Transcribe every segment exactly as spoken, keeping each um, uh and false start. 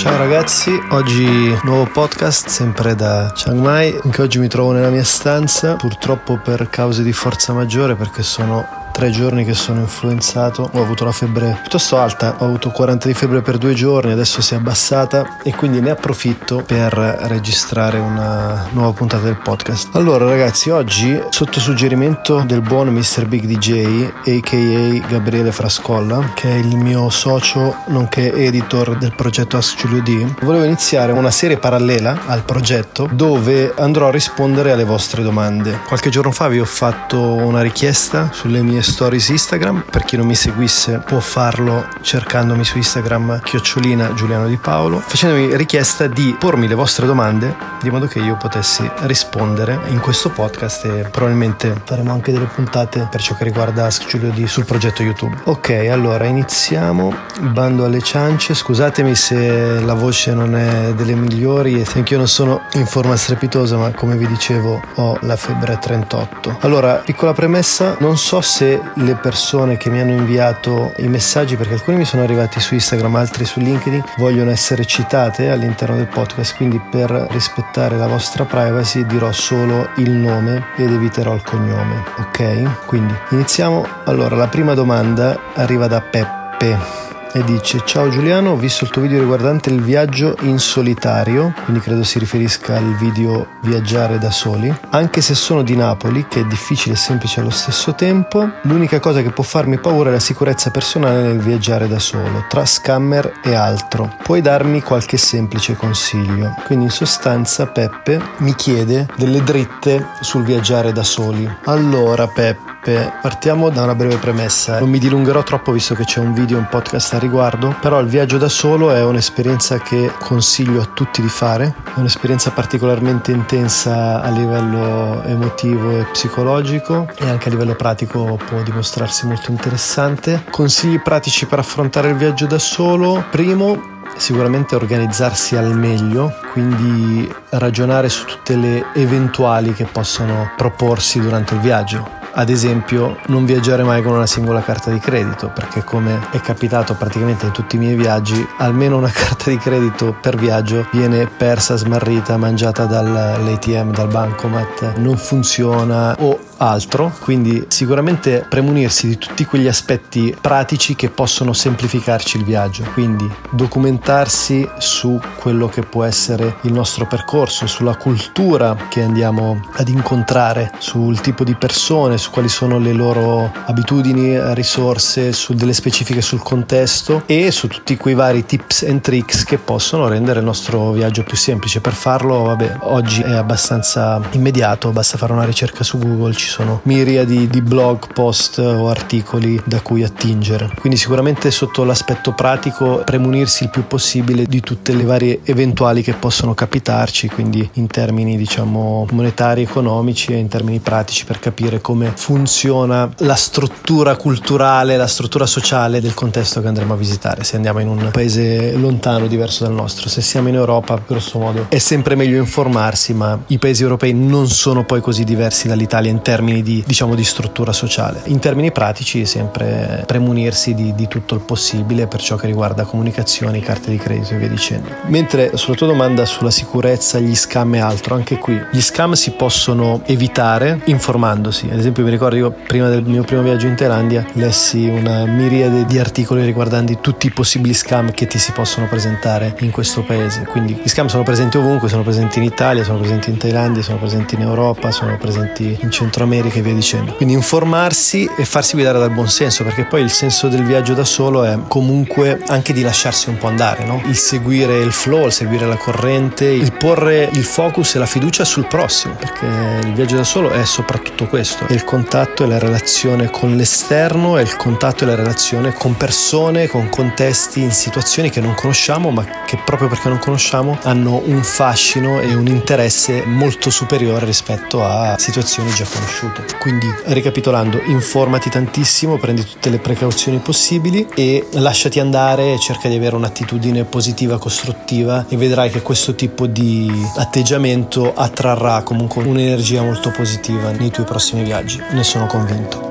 Ciao ragazzi, oggi nuovo podcast sempre da Chiang Mai. Anche oggi mi trovo nella mia stanza, purtroppo per cause di forza maggiore, perché sono tre giorni che sono influenzato. Ho avuto la febbre piuttosto alta, ho avuto quaranta di febbre per due giorni, adesso si è abbassata e quindi ne approfitto per registrare una nuova puntata del podcast. Allora ragazzi, oggi sotto suggerimento del buon mister Big D J a k a. Gabriele Frascolla, che è il mio socio nonché editor del progetto Ask Giulio D, volevo iniziare una serie parallela al progetto dove andrò a rispondere alle vostre domande. Qualche giorno fa vi ho fatto una richiesta sulle mie stories Instagram. Per chi non mi seguisse può farlo cercandomi su Instagram chiocciolina Giuliano Di Paolo, facendomi richiesta di pormi le vostre domande di modo che io potessi rispondere in questo podcast, e probabilmente faremo anche delle puntate per ciò che riguarda Ask Giulio D sul progetto YouTube. Ok, allora iniziamo. Bando alle ciance, scusatemi se la voce non è delle migliori e se anch'io non sono in forma strepitosa, ma come vi dicevo ho la febbre trentotto. Allora, piccola premessa, non so se le persone che mi hanno inviato i messaggi, perché alcuni mi sono arrivati su Instagram, altri su LinkedIn, vogliono essere citate all'interno del podcast, quindi per rispettare la vostra privacy dirò solo il nome ed eviterò il cognome, ok? Quindi iniziamo. Allora, la prima domanda arriva da Peppe e dice: ciao Giuliano, ho visto il tuo video riguardante il viaggio in solitario, quindi credo si riferisca al video viaggiare da soli. Anche se sono di Napoli, che è difficile e semplice allo stesso tempo, l'unica cosa che può farmi paura è la sicurezza personale nel viaggiare da solo, tra scammer e altro. Puoi darmi qualche semplice consiglio? Quindi in sostanza Peppe mi chiede delle dritte sul viaggiare da soli. Allora Peppe, partiamo da una breve premessa. Non mi dilungherò troppo visto che c'è un video, un podcast a riguardo, però il viaggio da solo è un'esperienza che consiglio a tutti di fare. È un'esperienza particolarmente intensa a livello emotivo e psicologico, e anche a livello pratico può dimostrarsi molto interessante. Consigli pratici per affrontare il viaggio da solo: primo, sicuramente organizzarsi al meglio, quindi ragionare su tutte le eventuali che possono proporsi durante il viaggio. Ad esempio, non viaggiare mai con una singola carta di credito, perché come è capitato praticamente in tutti i miei viaggi, almeno una carta di credito per viaggio viene persa, smarrita, mangiata dall'A T M, dal bancomat, non funziona o altro. Quindi sicuramente premunirsi di tutti quegli aspetti pratici che possono semplificarci il viaggio, quindi documentarsi su quello che può essere il nostro percorso, sulla cultura che andiamo ad incontrare, sul tipo di persone, su quali sono le loro abitudini, risorse, su delle specifiche sul contesto e su tutti quei vari tips and tricks che possono rendere il nostro viaggio più semplice. Per farlo, vabbè, oggi è abbastanza immediato, basta fare una ricerca su Google, ci sono miriadi di blog, post o articoli da cui attingere. Quindi sicuramente sotto l'aspetto pratico premunirsi il più possibile di tutte le varie eventuali che possono capitarci, quindi in termini diciamo monetari, economici, e in termini pratici per capire come funziona la struttura culturale, la struttura sociale del contesto che andremo a visitare. Se andiamo in un paese lontano, diverso dal nostro, se siamo in Europa, grosso modo è sempre meglio informarsi, ma i paesi europei non sono poi così diversi dall'Italia in termini di diciamo di struttura sociale. In termini pratici sempre premunirsi di, di tutto il possibile per ciò che riguarda comunicazioni, carte di credito e via dicendo. Mentre sulla tua domanda sulla sicurezza, gli scam e altro, anche qui gli scam si possono evitare informandosi. Ad esempio mi ricordo, io prima del mio primo viaggio in Thailandia lessi una miriade di articoli riguardanti tutti i possibili scam che ti si possono presentare in questo paese. Quindi gli scam sono presenti ovunque, sono presenti in Italia, sono presenti in Thailandia, sono presenti in Europa, sono presenti in Centro America e via dicendo. Quindi informarsi e farsi guidare dal buon senso, perché poi il senso del viaggio da solo è comunque anche di lasciarsi un po' andare, no? Il seguire il flow, il seguire la corrente, il porre il focus e la fiducia sul prossimo, perché il viaggio da solo è soprattutto questo: è il contatto e la relazione con l'esterno, è il contatto e la relazione con persone, con contesti, in situazioni che non conosciamo, ma che proprio perché non conosciamo hanno un fascino e un interesse molto superiore rispetto a situazioni già conosciute. Quindi, ricapitolando, informati tantissimo, prendi tutte le precauzioni possibili e lasciati andare, cerca di avere un'attitudine positiva, costruttiva, e vedrai che questo tipo di atteggiamento attrarrà comunque un'energia molto positiva nei tuoi prossimi viaggi, ne sono convinto.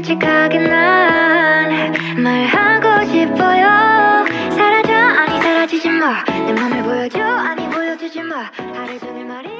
솔직하게 난 말하고 싶어요. 사라져 아니 사라질 보여지지 마 내 맘을 보여줘 아니 보여주지 마 하루 종일 말이